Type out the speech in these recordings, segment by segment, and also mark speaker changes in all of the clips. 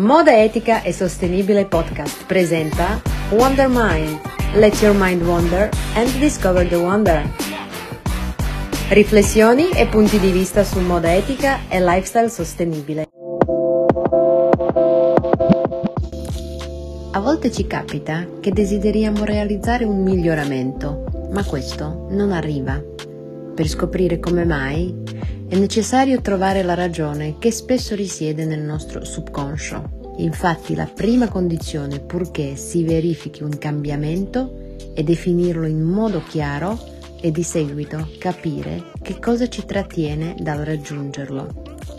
Speaker 1: Moda Etica e Sostenibile Podcast presenta Wonder Mind. Let your mind wander and discover the wonder. Riflessioni e punti di vista su moda etica e lifestyle sostenibile. A volte ci capita che desideriamo realizzare un miglioramento, ma questo non arriva. Per scoprire come mai, è necessario trovare la ragione che spesso risiede nel nostro subconscio. Infatti la prima condizione purché si verifichi un cambiamento è definirlo in modo chiaro e di seguito capire che cosa ci trattiene dal raggiungerlo.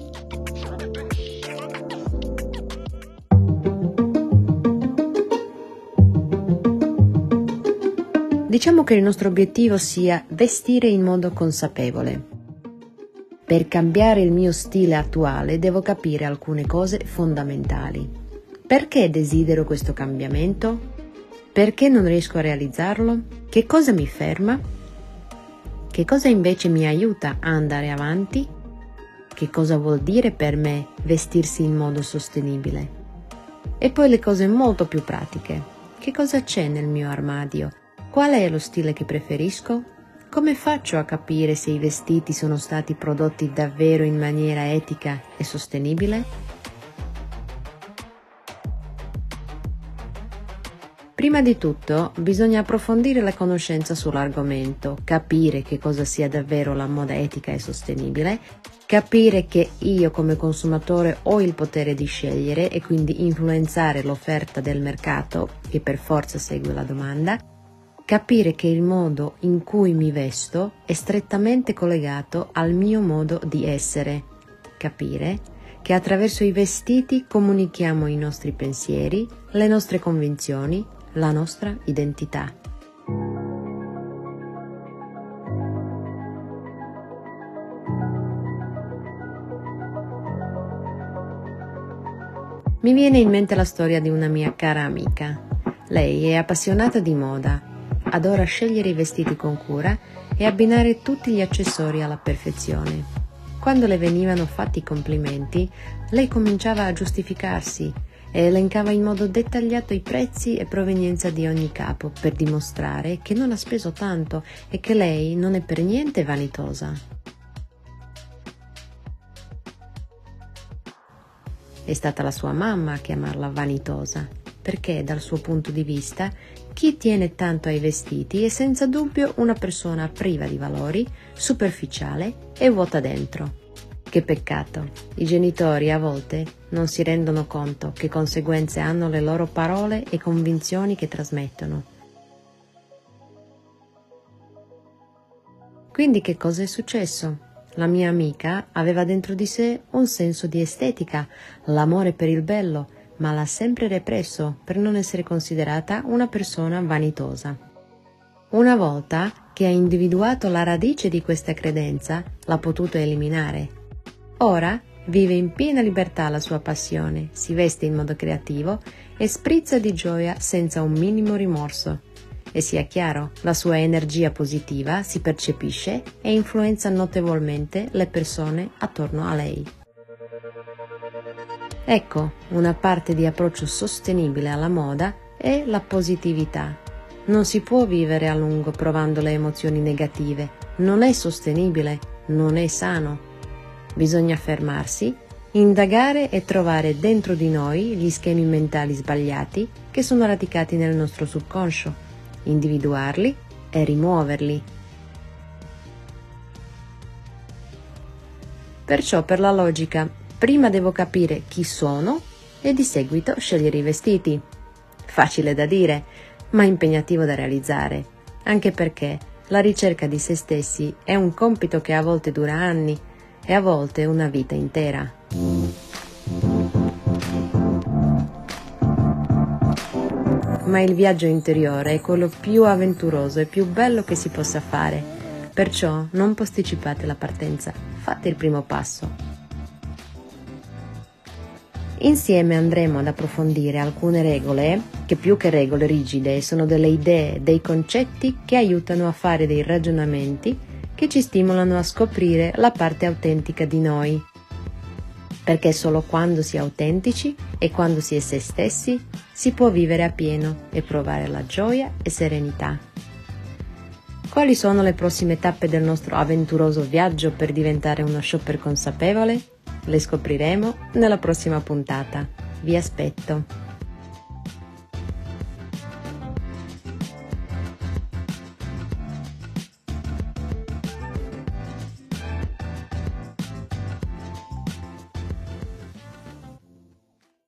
Speaker 1: Diciamo che il nostro obiettivo sia vestire in modo consapevole. Per cambiare il mio stile attuale devo capire alcune cose fondamentali. Perché desidero questo cambiamento? Perché non riesco a realizzarlo? Che cosa mi ferma? Che cosa invece mi aiuta a andare avanti? Che cosa vuol dire per me vestirsi in modo sostenibile? E poi le cose molto più pratiche. Che cosa c'è nel mio armadio? Qual è lo stile che preferisco? Come faccio a capire se i vestiti sono stati prodotti davvero in maniera etica e sostenibile? Prima di tutto bisogna approfondire la conoscenza sull'argomento, capire che cosa sia davvero la moda etica e sostenibile, capire che io come consumatore ho il potere di scegliere e quindi influenzare l'offerta del mercato che per forza segue la domanda, capire che il modo in cui mi vesto è strettamente collegato al mio modo di essere, capire che attraverso i vestiti comunichiamo i nostri pensieri, le nostre convinzioni, la nostra identità. Mi viene in mente la storia di una mia cara amica. Lei è appassionata di moda. Adora scegliere i vestiti con cura e abbinare tutti gli accessori alla perfezione. Quando le venivano fatti i complimenti, lei cominciava a giustificarsi e elencava in modo dettagliato i prezzi e provenienza di ogni capo per dimostrare che non ha speso tanto e che lei non è per niente vanitosa. È stata la sua mamma a chiamarla vanitosa, perché dal suo punto di vista chi tiene tanto ai vestiti è senza dubbio una persona priva di valori, superficiale e vuota dentro. Che peccato! I genitori a volte non si rendono conto che conseguenze hanno le loro parole e convinzioni che trasmettono. Quindi che cosa è successo? La mia amica aveva dentro di sé un senso di estetica, l'amore per il bello, ma l'ha sempre represso per non essere considerata una persona vanitosa. Una volta che ha individuato la radice di questa credenza, l'ha potuto eliminare. Ora vive in piena libertà la sua passione, si veste in modo creativo e sprizza di gioia senza un minimo rimorso. E sia chiaro, la sua energia positiva si percepisce e influenza notevolmente le persone attorno a lei. Ecco, una parte di approccio sostenibile alla moda è la positività. Non si può vivere a lungo provando le emozioni negative, non è sostenibile, non è sano. Bisogna fermarsi, indagare e trovare dentro di noi gli schemi mentali sbagliati che sono radicati nel nostro subconscio, individuarli e rimuoverli. Perciò per la logica, prima devo capire chi sono e di seguito scegliere i vestiti. Facile da dire, ma impegnativo da realizzare, anche perché la ricerca di se stessi è un compito che a volte dura anni e a volte una vita intera. Ma il viaggio interiore è quello più avventuroso e più bello che si possa fare, perciò non posticipate la partenza, fate il primo passo. Insieme andremo ad approfondire alcune regole che più che regole rigide sono delle idee, dei concetti che aiutano a fare dei ragionamenti che ci stimolano a scoprire la parte autentica di noi. perché solo quando si è autentici e quando si è se stessi si può vivere appieno e provare la gioia e serenità. Quali sono le prossime tappe del nostro avventuroso viaggio per diventare uno shopper consapevole? Le scopriremo nella prossima puntata. Vi aspetto!